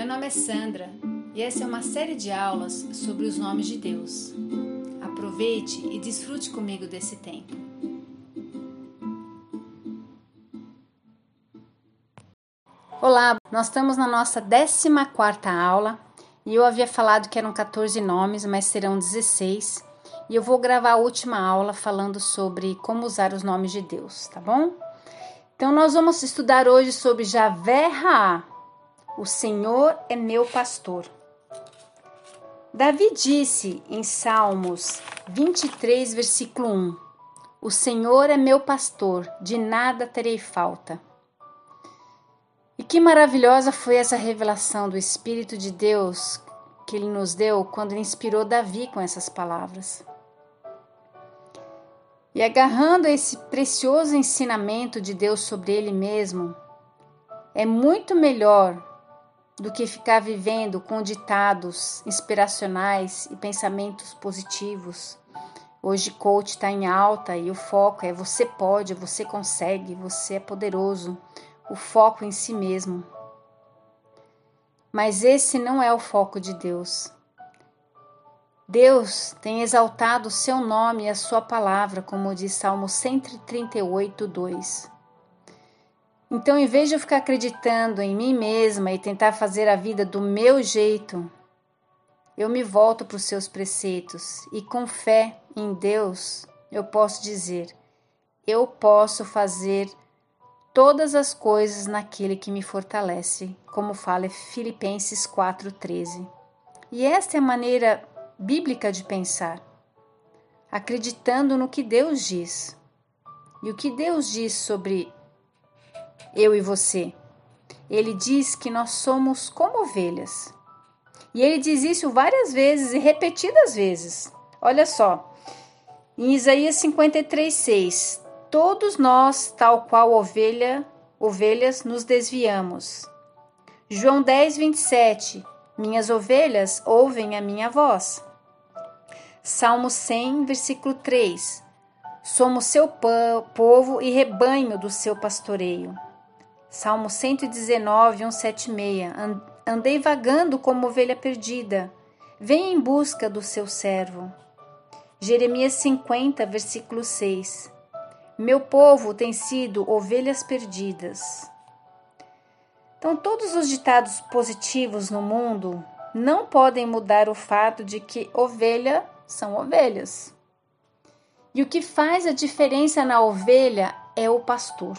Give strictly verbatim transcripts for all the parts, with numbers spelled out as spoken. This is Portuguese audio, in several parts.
Meu nome é Sandra e essa é uma série de aulas sobre os nomes de Deus. Aproveite e desfrute comigo desse tempo. Olá, nós estamos na nossa décima quarta aula e eu havia falado que eram quatorze nomes, mas serão dezesseis. E eu vou gravar a última aula falando sobre como usar os nomes de Deus, tá bom? Então nós vamos estudar hoje sobre Javé Raá. O Senhor é meu pastor. Davi disse em Salmos vinte e três, versículo um: O Senhor é meu pastor, de nada terei falta. E que maravilhosa foi essa revelação do Espírito de Deus que Ele nos deu quando Ele inspirou Davi com essas palavras. E agarrando esse precioso ensinamento de Deus sobre Ele mesmo, é muito melhor do que ficar vivendo com ditados inspiracionais e pensamentos positivos. Hoje coach está em alta e o foco é você pode, você consegue, você é poderoso. O foco em si mesmo. Mas esse não é o foco de Deus. Deus tem exaltado o seu nome e a sua palavra, como diz Salmo cento e trinta e oito, dois. Então, em vez de eu ficar acreditando em mim mesma e tentar fazer a vida do meu jeito, eu me volto para os seus preceitos e com fé em Deus, eu posso dizer, eu posso fazer todas as coisas naquele que me fortalece, como fala Filipenses quatro, treze. E esta é a maneira bíblica de pensar, acreditando no que Deus diz. E o que Deus diz sobre eu e você? Ele diz que nós somos como ovelhas. E ele diz isso várias vezes e repetidas vezes. Olha só, em Isaías cinquenta e três, seis, todos nós, tal qual ovelha, ovelhas, nos desviamos. João dez, vinte e sete, minhas ovelhas ouvem a minha voz. Salmo cem, versículo três, somos seu povo e rebanho do seu pastoreio. Salmo cento e dezenove, cento e setenta e seis, andei vagando como ovelha perdida, venha em busca do seu servo. Jeremias cinquenta, versículo seis, meu povo tem sido ovelhas perdidas. Então, todos os ditados positivos no mundo não podem mudar o fato de que ovelha são ovelhas. E o que faz a diferença na ovelha é o pastor.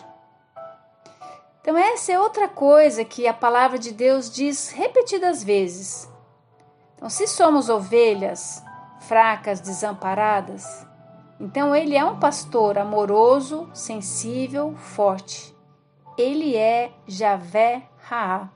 Então, essa é outra coisa que a palavra de Deus diz repetidas vezes. Então, se somos ovelhas fracas, desamparadas, então ele é um pastor amoroso, sensível, forte. Ele é Javé Raá.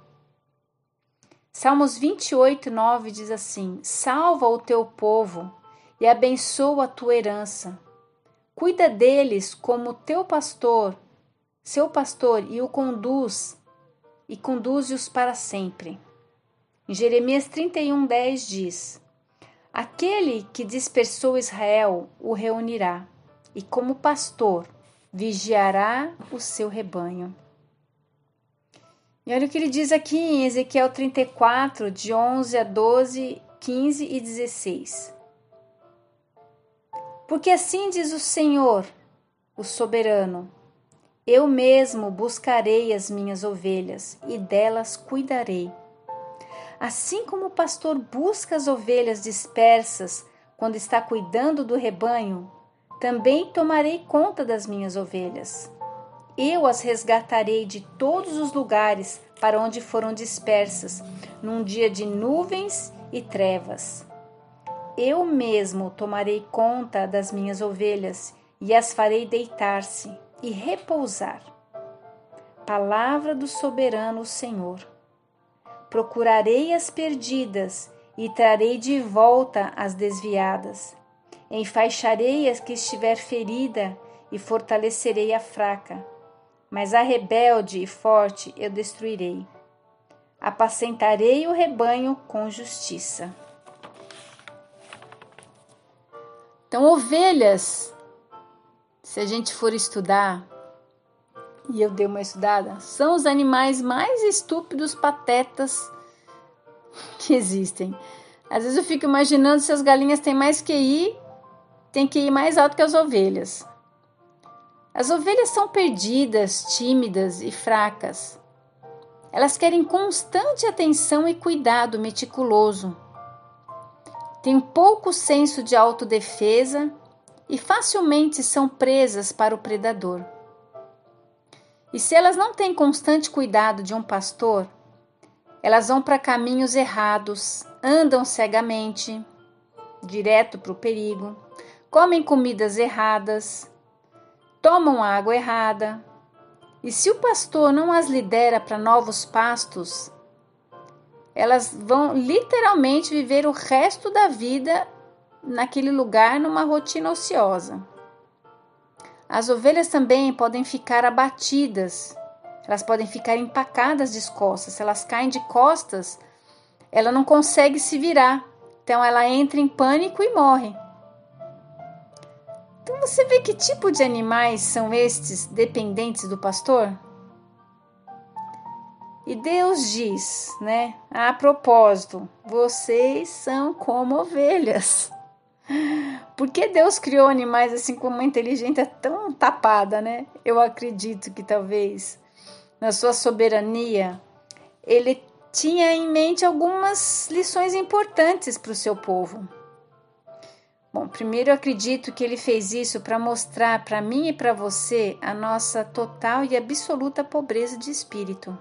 Salmos vinte e oito, nove diz assim: salva o teu povo e abençoa a tua herança. Cuida deles como teu pastor, seu pastor, e o conduz, e conduze-os para sempre. Em Jeremias trinta e um, dez diz: aquele que dispersou Israel o reunirá, e como pastor vigiará o seu rebanho. E olha o que ele diz aqui em Ezequiel trinta e quatro, de onze a doze, quinze e dezesseis. Porque assim diz o Senhor, o soberano, eu mesmo buscarei as minhas ovelhas e delas cuidarei. Assim como o pastor busca as ovelhas dispersas quando está cuidando do rebanho, também tomarei conta das minhas ovelhas. Eu as resgatarei de todos os lugares para onde foram dispersas, num dia de nuvens e trevas. Eu mesmo tomarei conta das minhas ovelhas e as farei deitar-se e repousar. Palavra do soberano Senhor. Procurarei as perdidas e trarei de volta as desviadas. Enfaixarei a que estiver ferida e fortalecerei a fraca. Mas a rebelde e forte eu destruirei. Apacentarei o rebanho com justiça. Então, ovelhas, se a gente for estudar, e eu dei uma estudada, são os animais mais estúpidos, patetas que existem. Às vezes eu fico imaginando se as galinhas têm mais Q I, tem que ir mais alto que as ovelhas. As ovelhas são perdidas, tímidas e fracas. Elas querem constante atenção e cuidado meticuloso. Têm pouco senso de autodefesa e facilmente são presas para o predador. E se elas não têm constante cuidado de um pastor, elas vão para caminhos errados, andam cegamente, direto para o perigo, comem comidas erradas, tomam água errada. E se o pastor não as lidera para novos pastos, elas vão literalmente viver o resto da vida naquele lugar numa rotina ociosa. As ovelhas também podem ficar abatidas, elas podem ficar empacadas de costas. Se elas caem de costas, ela não consegue se virar, então ela entra em pânico e morre. Então você vê que tipo de animais são estes dependentes do pastor? E Deus diz, né? A propósito, vocês são como ovelhas. Por que Deus criou animais assim com uma inteligência tão tapada, né? Eu acredito que talvez na sua soberania ele tinha em mente algumas lições importantes para o seu povo. Bom, primeiro eu acredito que ele fez isso para mostrar para mim e para você a nossa total e absoluta pobreza de espírito.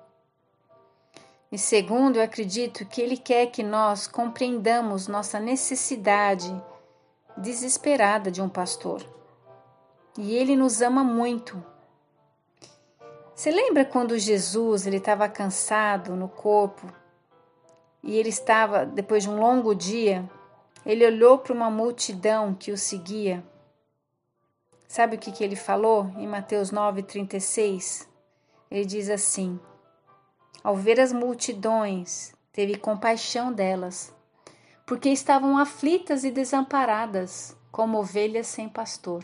E segundo, eu acredito que ele quer que nós compreendamos nossa necessidade desesperada de um pastor. E ele nos ama muito. Você lembra quando Jesus ele estava cansado no corpo e ele estava, depois de um longo dia, ele olhou para uma multidão que o seguia. Sabe o que, que ele falou em Mateus nove, trinta e seis? Ele diz assim: ao ver as multidões, teve compaixão delas, porque estavam aflitas e desamparadas, como ovelhas sem pastor.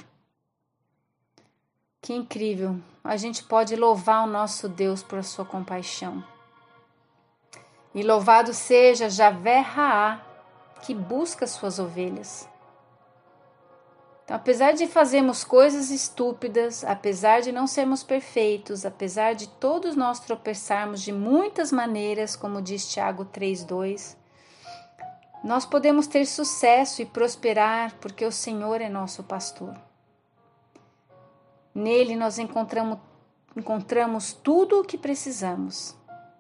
Que incrível! A gente pode louvar o nosso Deus por sua compaixão. E louvado seja Javé Raá, que busca suas ovelhas. Então, apesar de fazermos coisas estúpidas, apesar de não sermos perfeitos, apesar de todos nós tropeçarmos de muitas maneiras, como diz Tiago três, dois, nós podemos ter sucesso e prosperar porque o Senhor é nosso pastor. Nele nós encontramos, encontramos tudo o que precisamos.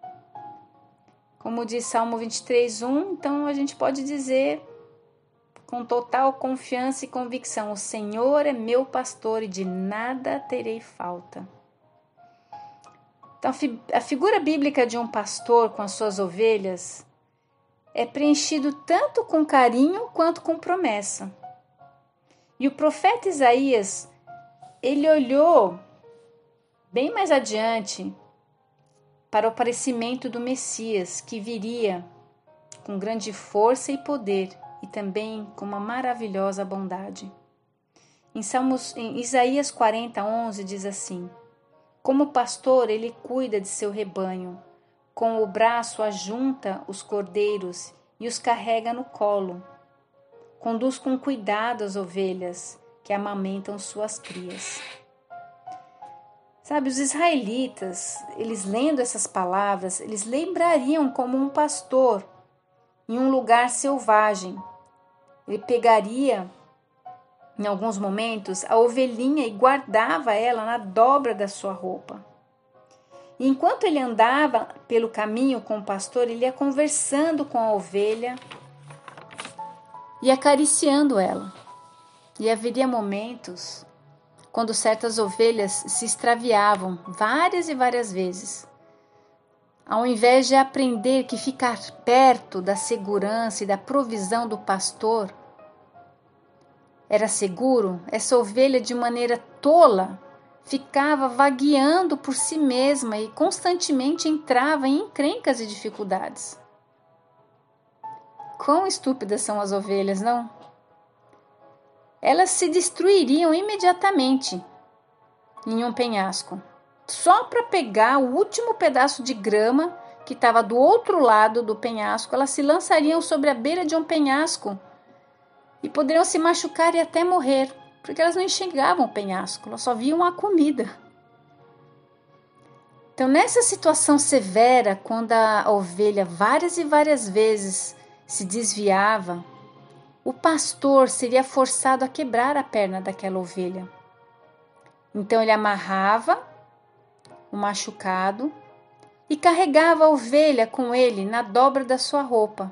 Como diz Salmo vinte e três, um, então a gente pode dizer com total confiança e convicção: o Senhor é meu pastor e de nada terei falta. Então a figura bíblica de um pastor com as suas ovelhas é preenchido tanto com carinho quanto com promessa. E o profeta Isaías, ele olhou bem mais adiante para o aparecimento do Messias, que viria com grande força e poder e também com uma maravilhosa bondade. Em, Salmos, em Isaías quarenta, onze diz assim: como pastor ele cuida de seu rebanho, com o braço ajunta os cordeiros e os carrega no colo. Conduz com cuidado as ovelhas que amamentam suas crias. Sabe, os israelitas, eles lendo essas palavras, eles lembrariam como um pastor em um lugar selvagem. Ele pegaria, em alguns momentos, a ovelhinha e guardava ela na dobra da sua roupa. E enquanto ele andava pelo caminho com o pastor, ele ia conversando com a ovelha e acariciando ela. E haveria momentos quando certas ovelhas se extraviavam várias e várias vezes. Ao invés de aprender que ficar perto da segurança e da provisão do pastor era seguro, essa ovelha, de maneira tola, ficava vagueando por si mesma e constantemente entrava em encrencas e dificuldades. Quão estúpidas são as ovelhas, não? Elas se destruiriam imediatamente em um penhasco, só para pegar o último pedaço de grama que estava do outro lado do penhasco, elas se lançariam sobre a beira de um penhasco e poderiam se machucar e até morrer, porque elas não enxergavam o penhasco, elas só viam a comida. Então, nessa situação severa, quando a ovelha várias e várias vezes se desviava, o pastor seria forçado a quebrar a perna daquela ovelha. Então, ele amarrava o machucado e carregava a ovelha com ele na dobra da sua roupa.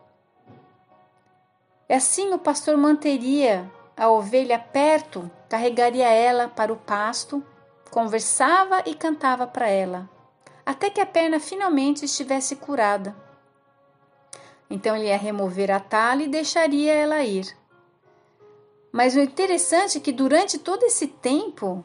E assim o pastor manteria a ovelha perto, carregaria ela para o pasto, conversava e cantava para ela, até que a perna finalmente estivesse curada. Então ele ia remover a tala e deixaria ela ir. Mas o interessante é que durante todo esse tempo,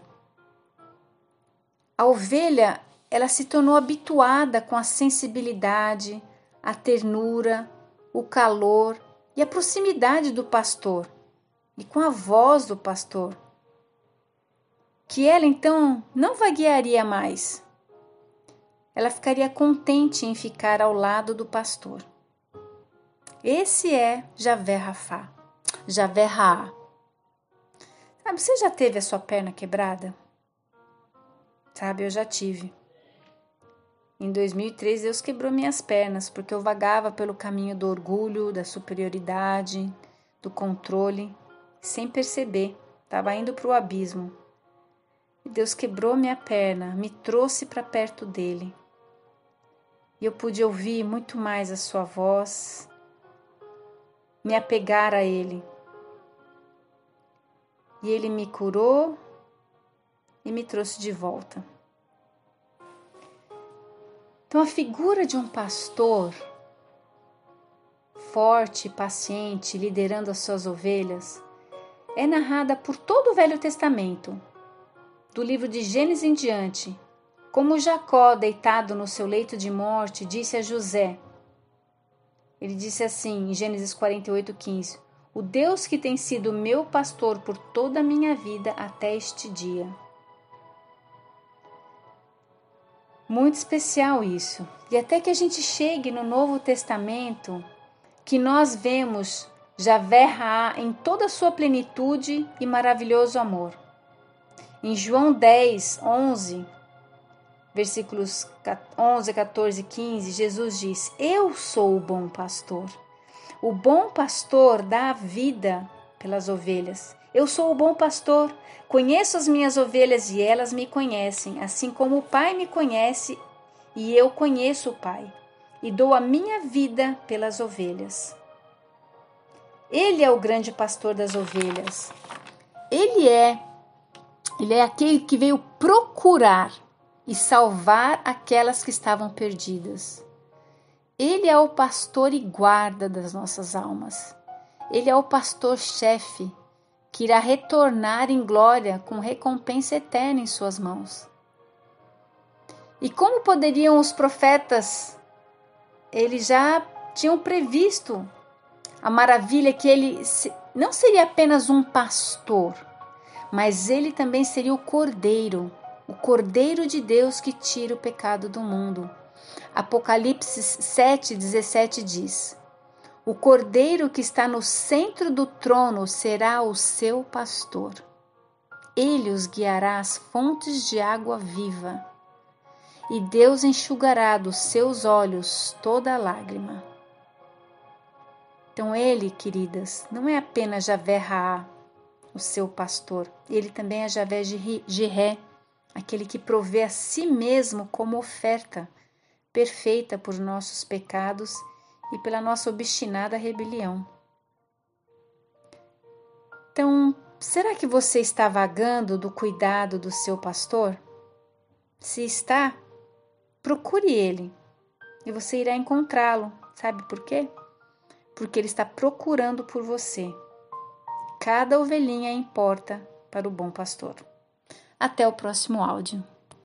a ovelha ela se tornou habituada com a sensibilidade, a ternura, o calor e a proximidade do pastor e com a voz do pastor, que ela então não vaguearia mais. Ela ficaria contente em ficar ao lado do pastor. Esse é Javé Rafá, Javé Raá. Sabe, você já teve a sua perna quebrada? Sabe, eu já tive. Em dois mil e três, Deus quebrou minhas pernas, porque eu vagava pelo caminho do orgulho, da superioridade, do controle, sem perceber, estava indo para o abismo. E Deus quebrou minha perna, me trouxe para perto dele. E eu pude ouvir muito mais a sua voz, me apegar a ele. E ele me curou e me trouxe de volta. Então, a figura de um pastor forte, paciente, liderando as suas ovelhas, é narrada por todo o Velho Testamento, do livro de Gênesis em diante, como Jacó, deitado no seu leito de morte, disse a José. Ele disse assim, em Gênesis quarenta e oito, quinze, o Deus que tem sido meu pastor por toda a minha vida até este dia. Muito especial isso. E até que a gente chegue no Novo Testamento, que nós vemos Javé Raá em toda a sua plenitude e maravilhoso amor. Em João dez, onze, versículos onze, catorze e quinze, Jesus diz, eu sou o bom pastor. O bom pastor dá a vida pelas ovelhas. Eu sou o bom pastor, conheço as minhas ovelhas e elas me conhecem, assim como o Pai me conhece e eu conheço o Pai, e dou a minha vida pelas ovelhas. Ele é o grande pastor das ovelhas. Ele é, ele é aquele que veio procurar e salvar aquelas que estavam perdidas. Ele é o pastor e guarda das nossas almas. Ele é o pastor-chefe, que irá retornar em glória com recompensa eterna em suas mãos. E como poderiam os profetas, eles já tinham previsto a maravilha que ele não seria apenas um pastor, mas ele também seria o Cordeiro, o Cordeiro de Deus que tira o pecado do mundo. Apocalipse sete, dezessete diz, o Cordeiro que está no centro do trono será o seu pastor. Ele os guiará às fontes de água viva, e Deus enxugará dos seus olhos toda lágrima. Então ele, queridas, não é apenas Javé Raá, o seu pastor, ele também é Javé Jiré, aquele que provê a si mesmo como oferta perfeita por nossos pecados e pela nossa obstinada rebelião. Então, será que você está vagando do cuidado do seu pastor? Se está, procure ele e você irá encontrá-lo. Sabe por quê? Porque ele está procurando por você. Cada ovelhinha importa para o bom pastor. Até o próximo áudio.